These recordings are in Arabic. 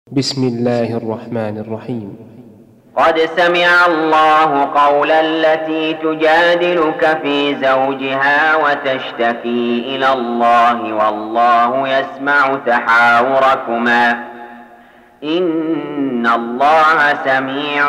بسم الله الرحمن الرحيم. قد سمع الله قول التي تجادلك في زوجها وتشتكي إلى الله والله يسمع تحاوركما إن الله سميع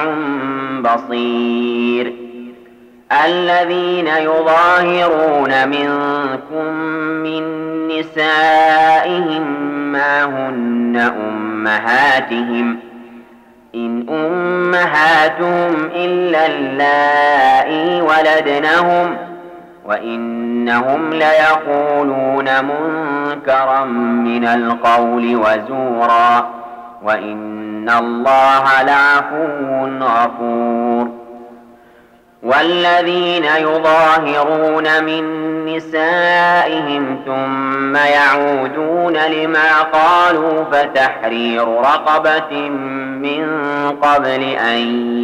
بصير. الذين يظاهرون منكم من نسائهم ما هن أمهاتهم إن أمهاتهم إلا اللائي ولدنهم وإنهم ليقولون منكرا من القول وزورا وإن الله لعفو غفور. والذين يظاهرون من نسائهم ثم يعودون لما قالوا فتحرير رقبة من قبل أن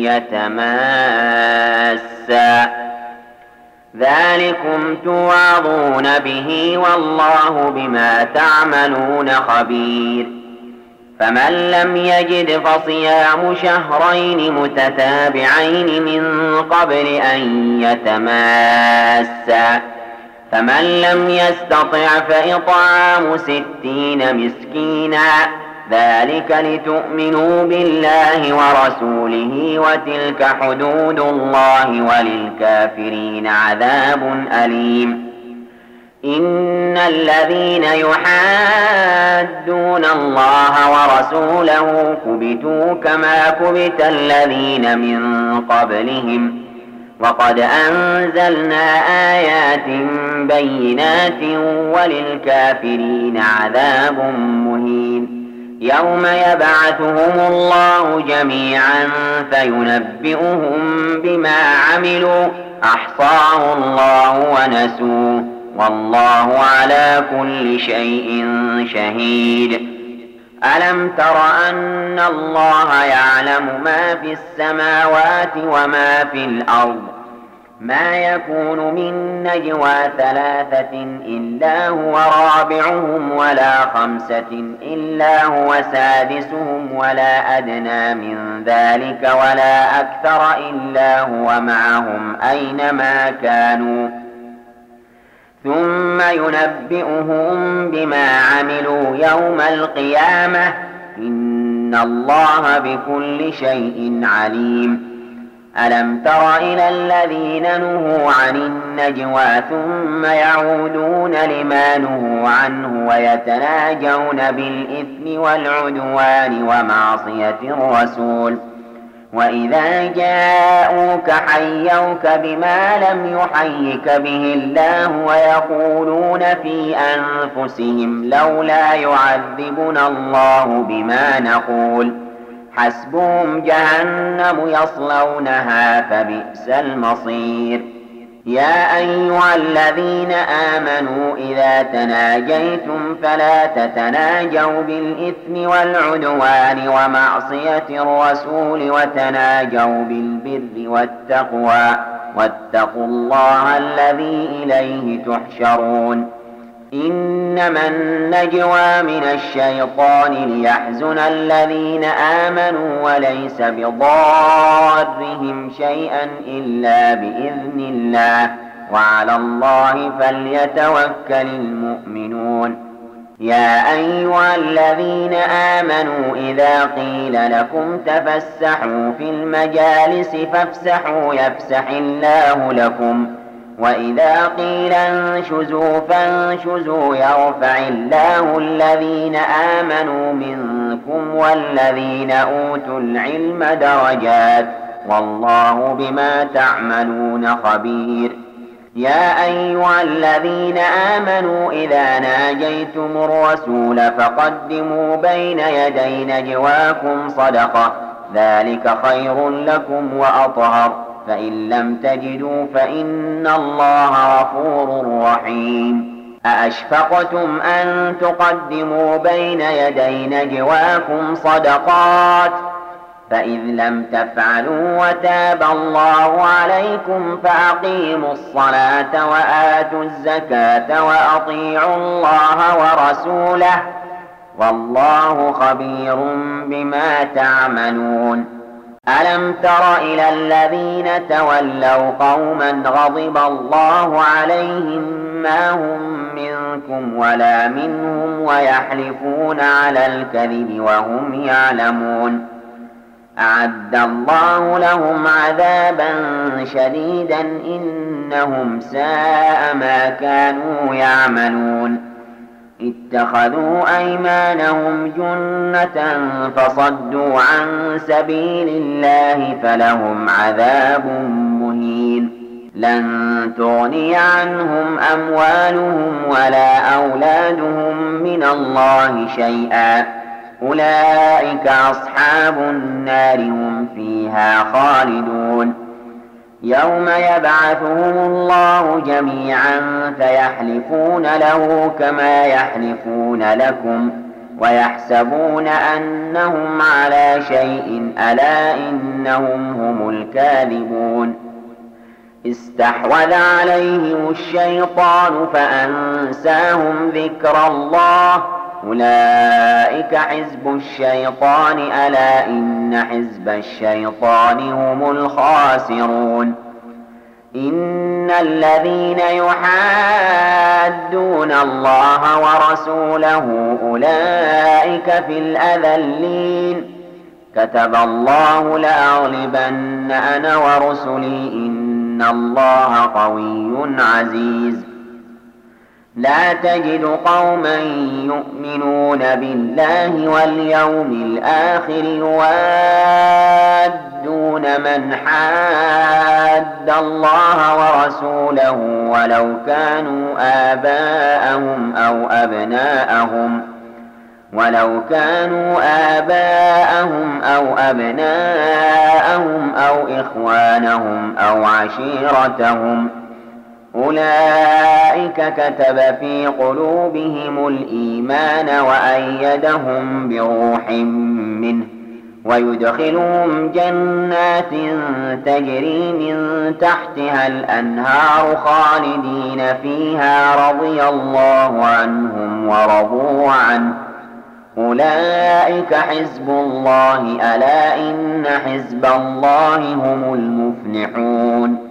يتماسا ذلكم توعظون به والله بما تعملون خبير. فمن لم يجد فصيام شهرين متتابعين من قبل أن يتماسا فمن لم يستطع فإطعام 60 مسكينا ذلك لتؤمنوا بالله ورسوله وتلك حدود الله وللكافرين عذاب أليم. إن الذين يحادون الله ورسوله كبتوا كما كبت الذين من قبلهم وقد أنزلنا آيات بينات وللكافرين عذاب مهين. يوم يبعثهم الله جميعا فينبئهم بما عملوا أحصاه الله ونسوه والله على كل شيء شهيد. ألم تر أن الله يعلم ما في السماوات وما في الأرض ما يكون من نجوى 3 إلا هو رابعهم ولا 5 إلا هو سادسهم ولا أدنى من ذلك ولا أكثر إلا هو معهم أينما كانوا ثم ينبئهم بما عملوا يوم القيامة إن الله بكل شيء عليم. ألم تر إلى الذين نهوا عن النجوى ثم يعودون لما نهوا عنه ويتناجون بالإثم والعدوان ومعصية الرسول وإذا جاءوك حيوك بما لم يحيك به الله ويقولون في أنفسهم لولا يعذبنا الله بما نقول حسبهم جهنم يصلونها فبئس المصير. يا أيها الذين آمنوا إذا تناجيتم فلا تتناجوا بالإثم والعدوان ومعصية الرسول وتناجوا بالبر والتقوى واتقوا الله الذي إليه تحشرون. إنما النجوى من الشيطان ليحزن الذين آمنوا وليس بضارهم شيئا إلا بإذن الله وعلى الله فليتوكل المؤمنون. يا أيها الذين آمنوا إذا قيل لكم تفسحوا في المجالس فافسحوا يفسح الله لكم وإذا قيل انشزوا فانشزوا يرفع الله الذين آمنوا منكم والذين أوتوا العلم درجات والله بما تعملون خبير. يا أيها الذين آمنوا إذا ناجيتم الرسول فقدموا بين يدي نجواكم صدقة ذلك خير لكم وأطهر فإن لم تجدوا فإن الله غفور رحيم. أأشفقتم أن تقدموا بين يدي نجواكم صدقات فإذ لم تفعلوا وتاب الله عليكم فأقيموا الصلاة وآتوا الزكاة وأطيعوا الله ورسوله والله خبير بما تعملون. ألم تر إلى الذين تولوا قوما غضب الله عليهم ما هم منكم ولا منهم ويحلفون على الكذب وهم يعلمون أعد الله لهم عذابا شديدا إنهم ساء ما كانوا يعملون. اتخذوا أيمانهم جنة فصدوا عن سبيل الله فلهم عذاب مهين. لن تغني عنهم أموالهم ولا أولادهم من الله شيئا أولئك أصحاب النار هم فيها خالدون. يوم يبعثهم الله جميعا فيحلفون له كما يحلفون لكم ويحسبون أنهم على شيء ألا إنهم هم الكاذبون. استحوذ عليهم الشيطان فأنساهم ذكر الله أولئك حزب الشيطان ألا إن حزب الشيطان هم الخاسرون. إن الذين يحادون الله ورسوله أولئك في الأذلين. كتب الله لأغلبن أنا ورسلي إن الله قوي عزيز. لا تجد قوما يؤمنون بالله واليوم الآخر يوادون من حاد الله ورسوله ولو كانوا آباءهم أو أبناءهم أو إخوانهم أو عشيرتهم أولئك كتب في قلوبهم الإيمان وأيدهم بروح منه ويدخلهم جنات تجري من تحتها الأنهار خالدين فيها رضي الله عنهم ورضوا عنه أولئك حزب الله ألا إن حزب الله هم المفلحون.